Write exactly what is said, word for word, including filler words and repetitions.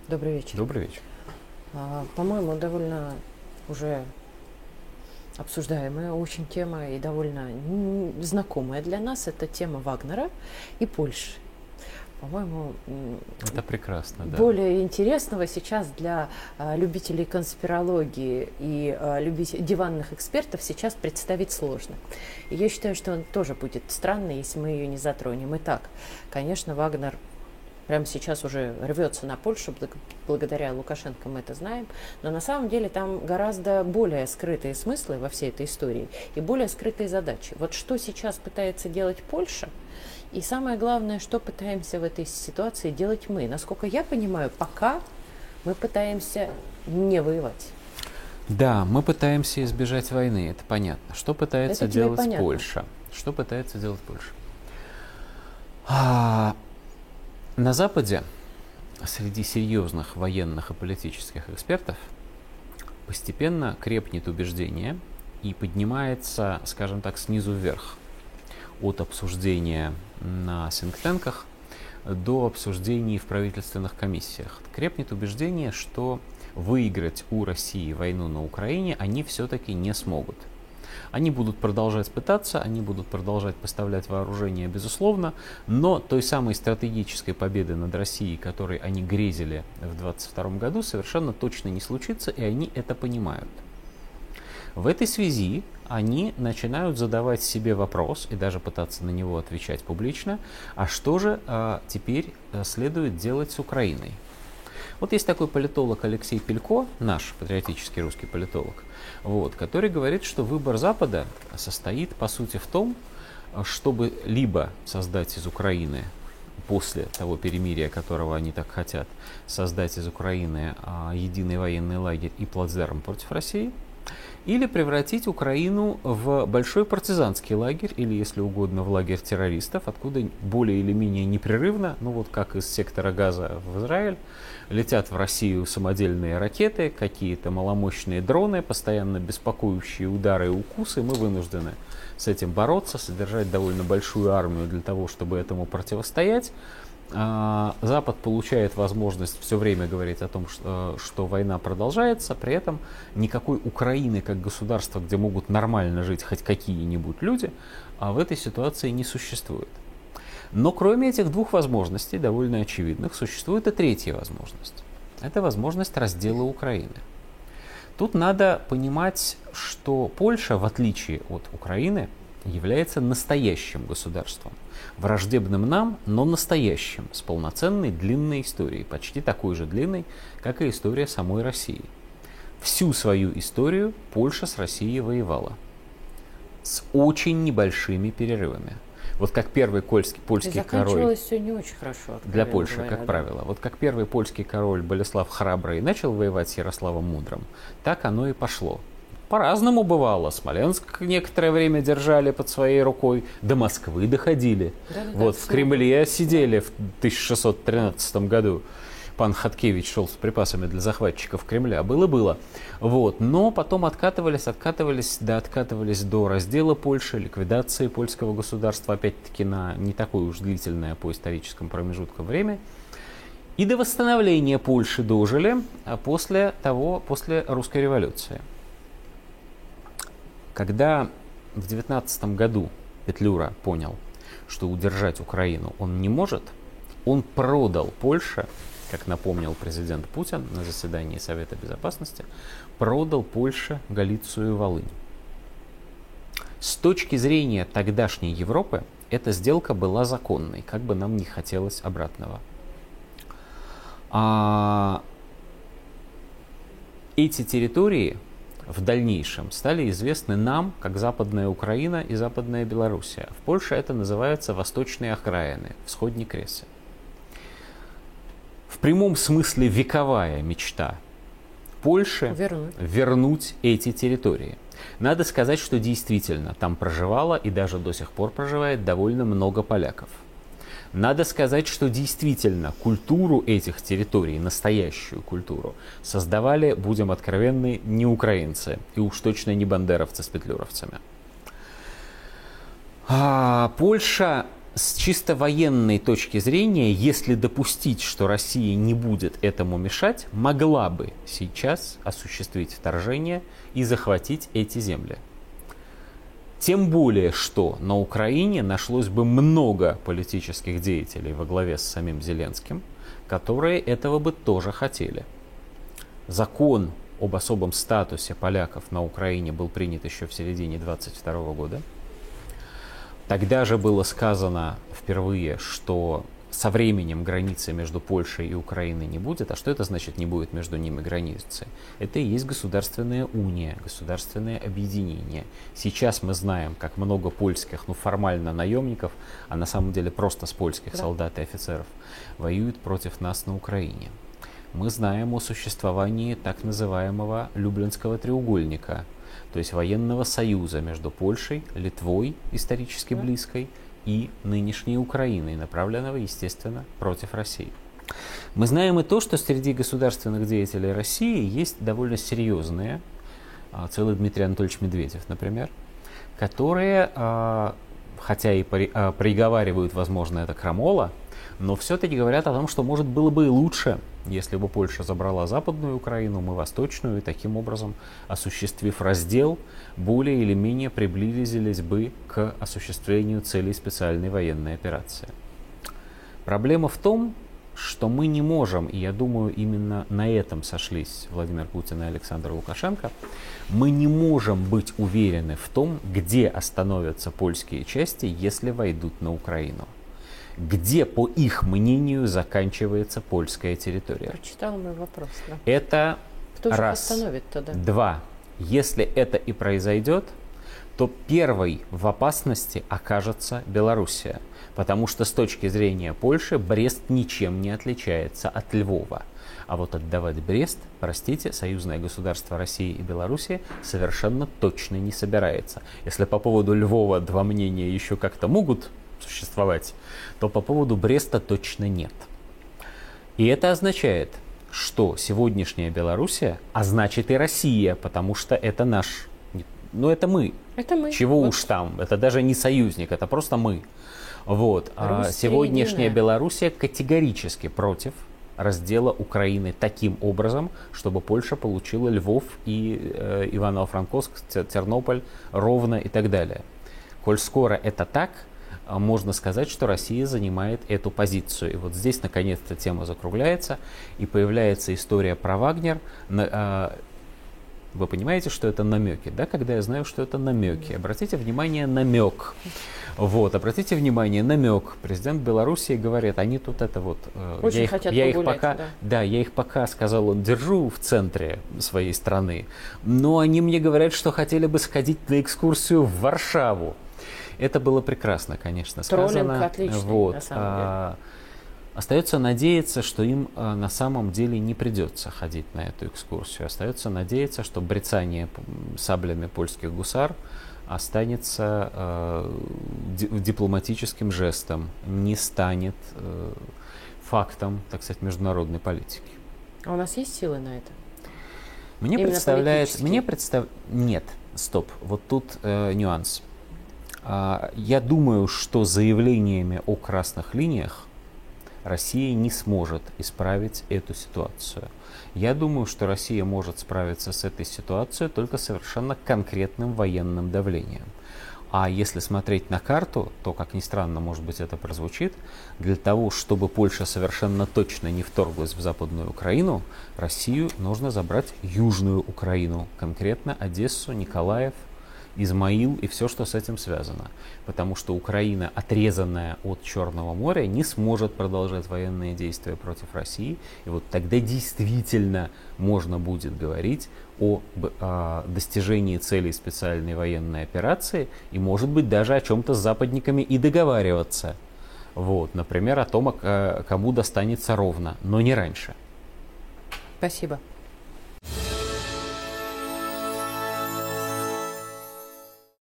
Добрый вечер. Добрый вечер. А, По-моему, довольно уже обсуждаемая очень тема и довольно н- знакомая для нас. Это тема Вагнера и Польши. По-моему, м, Это прекрасно, да. более интересного сейчас для а, любителей конспирологии и а, любителей диванных экспертов сейчас представить сложно. И я считаю, что он тоже будет странный, если мы ее не затронем. Итак, конечно, Вагнер прямо сейчас уже рвется на Польшу, благодаря Лукашенко мы это знаем, но на самом деле там гораздо более скрытые смыслы во всей этой истории и более скрытые задачи. Вот что сейчас пытается делать Польша, и самое главное, что пытаемся в этой ситуации делать мы. Насколько я понимаю, пока мы пытаемся не воевать. Да, мы пытаемся избежать войны, это понятно. Что пытается Это тебе делать понятно. Польша? Что пытается делать Польша? А, на Западе среди серьезных военных и политических экспертов постепенно крепнет убеждение и поднимается, скажем так, снизу вверх, от обсуждения на синктенках до обсуждений в правительственных комиссиях. Крепнет убеждение, что выиграть у России войну на Украине они все-таки не смогут. Они будут продолжать пытаться, они будут продолжать поставлять вооружение, безусловно, но той самой стратегической победы над Россией, которой они грезили в двадцать втором году, совершенно точно не случится, и они это понимают. В этой связи они начинают задавать себе вопрос и даже пытаться на него отвечать публично, а что же а, теперь следует делать с Украиной? Вот есть такой политолог Алексей Пелько, наш патриотический русский политолог, вот, который говорит, что выбор Запада состоит, по сути, в том, чтобы либо создать из Украины, после того перемирия, которого они так хотят, создать из Украины а, единый военный лагерь и плацдарм против России, или превратить Украину в большой партизанский лагерь, или, если угодно, в лагерь террористов, откуда более или менее непрерывно, ну вот как из сектора Газа в Израиль, летят в Россию самодельные ракеты, какие-то маломощные дроны, постоянно беспокоящие удары и укусы. Мы вынуждены с этим бороться, содержать довольно большую армию для того, чтобы этому противостоять. Запад получает возможность все время говорить о том, что, что война продолжается, при этом никакой Украины как государства, где могут нормально жить хоть какие-нибудь люди, а в этой ситуации не существует. Но кроме этих двух возможностей, довольно очевидных, существует и третья возможность. Это возможность раздела Украины. Тут надо понимать, что Польша, в отличие от Украины, является настоящим государством. Враждебным нам, но настоящим, с полноценной длинной историей, почти такой же длинной, как и история самой России. Всю свою историю Польша с Россией воевала. С очень небольшими перерывами. Вот как первый польский, польский король... Заканчивалось все не очень хорошо. Для Польши, говоря, как да. правило. Вот как первый польский король Болеслав Храбрый начал воевать с Ярославом Мудрым, так оно и пошло. По-разному бывало. Смоленск некоторое время держали под своей рукой, до Москвы доходили. Да, да, вот да, в Кремле сидели в тысяча шестьсот тринадцатом году. Пан Хаткевич шел с припасами для захватчиков Кремля. Было-было. Вот. Но потом откатывались, откатывались, да, откатывались до раздела Польши, ликвидации польского государства, опять-таки на не такое уж длительное по историческому промежутку время. И до восстановления Польши дожили после того, после русской революции. Когда в девятнадцатом году Петлюра понял, что удержать Украину он не может, он продал Польше, как напомнил президент Путин на заседании Совета Безопасности, продал Польше Галицию и Волынь. С точки зрения тогдашней Европы, эта сделка была законной, как бы нам не хотелось обратного. А эти территории в дальнейшем стали известны нам, как Западная Украина и Западная Белоруссия. В Польше это называется Восточные окраины, Всходни Кресы. В прямом смысле вековая мечта Польши Вернуть. вернуть эти территории. Надо сказать, что действительно там проживало и даже до сих пор проживает довольно много поляков. Надо сказать, что действительно культуру этих территорий, настоящую культуру, создавали, будем откровенны, не украинцы, и уж точно не бандеровцы с петлюровцами. А Польша С чисто военной точки зрения, если допустить, что Россия не будет этому мешать, могла бы сейчас осуществить вторжение и захватить эти земли. Тем более, что на Украине нашлось бы много политических деятелей во главе с самим Зеленским, которые этого бы тоже хотели. Закон об особом статусе поляков на Украине был принят еще в середине двадцать второго года. Тогда же было сказано впервые, что со временем границы между Польшей и Украиной не будет. А что это значит не будет между ними границы? Это и есть государственная уния, государственное объединение. Сейчас мы знаем, как много польских, ну формально наемников, а на самом деле просто с польских да. солдат и офицеров воюют против нас на Украине. Мы знаем о существовании так называемого Люблинского треугольника, то есть военного союза между Польшей, Литвой, исторически близкой, и нынешней Украиной, направленного, естественно, против России. Мы знаем и то, что среди государственных деятелей России есть довольно серьезные, целый Дмитрий Анатольевич Медведев, например, которые, хотя и приговаривают, возможно, это крамола, но все-таки говорят о том, что, может, было бы и лучше, если бы Польша забрала Западную Украину, мы Восточную, и таким образом, осуществив раздел, более или менее приблизились бы к осуществлению целей специальной военной операции. Проблема в том, что мы не можем, и я думаю, именно на этом сошлись Владимир Путин и Александр Лукашенко, мы не можем быть уверены в том, где остановятся польские части, если войдут на Украину. Где, по их мнению, заканчивается польская территория. Прочитал мой вопрос. Да. Это Кто же раз. остановит тогда? Два. Если это и произойдет, то первой в опасности окажется Белоруссия. Потому что с точки зрения Польши Брест ничем не отличается от Львова. А вот отдавать Брест, простите, союзное государство России и Белоруссии совершенно точно не собирается. Если по поводу Львова два мнения еще как-то могут существовать, то по поводу Бреста точно нет. И это означает, что сегодняшняя Белоруссия, а значит и Россия, потому что это наш, ну это мы. Это мы. Чего вот. уж там, это даже не союзник, это просто мы. Вот. А сегодняшняя единая. Белоруссия категорически против раздела Украины таким образом, чтобы Польша получила Львов и э, Ивано-Франковск, Тернополь, Ровно и так далее. Коль скоро это так, можно сказать, что Россия занимает эту позицию. И вот здесь, наконец-то, тема закругляется, и появляется история про Вагнер. Вы понимаете, что это намеки, да? Когда я знаю, что это намеки. Обратите внимание, намек. Вот, обратите внимание, намек. Президент Белоруссии говорит, они тут это вот... Очень я их, хотят я погулять, их пока, да. да, я их пока, сказал он, держу в центре своей страны. Но они мне говорят, что хотели бы сходить на экскурсию в Варшаву. Это было прекрасно, конечно, сказано. Троллинг отличный, вот. на самом деле. А, остается надеяться, что им а, на самом деле не придется ходить на эту экскурсию. Остается надеяться, что брецание саблями польских гусар останется а, дипломатическим жестом, не станет а, фактом, так сказать, международной политики. А у нас есть силы на это? Мне Именно представляется... Мне представ... Нет, стоп, вот тут э, нюанс. Я думаю, что заявлениями о красных линиях Россия не сможет исправить эту ситуацию. Я думаю, что Россия может справиться с этой ситуацией только совершенно конкретным военным давлением. А если смотреть на карту, то, как ни странно, может быть, это прозвучит, для того, чтобы Польша совершенно точно не вторглась в Западную Украину, Россию нужно забрать Южную Украину, конкретно Одессу, Николаев, Измаил и все, что с этим связано. Потому что Украина, отрезанная от Черного моря, не сможет продолжать военные действия против России. И вот тогда действительно можно будет говорить о, о достижении целей специальной военной операции и, может быть, даже о чем-то с западниками и договариваться. Вот, например, о том, кому достанется Ровно, но не раньше. Спасибо.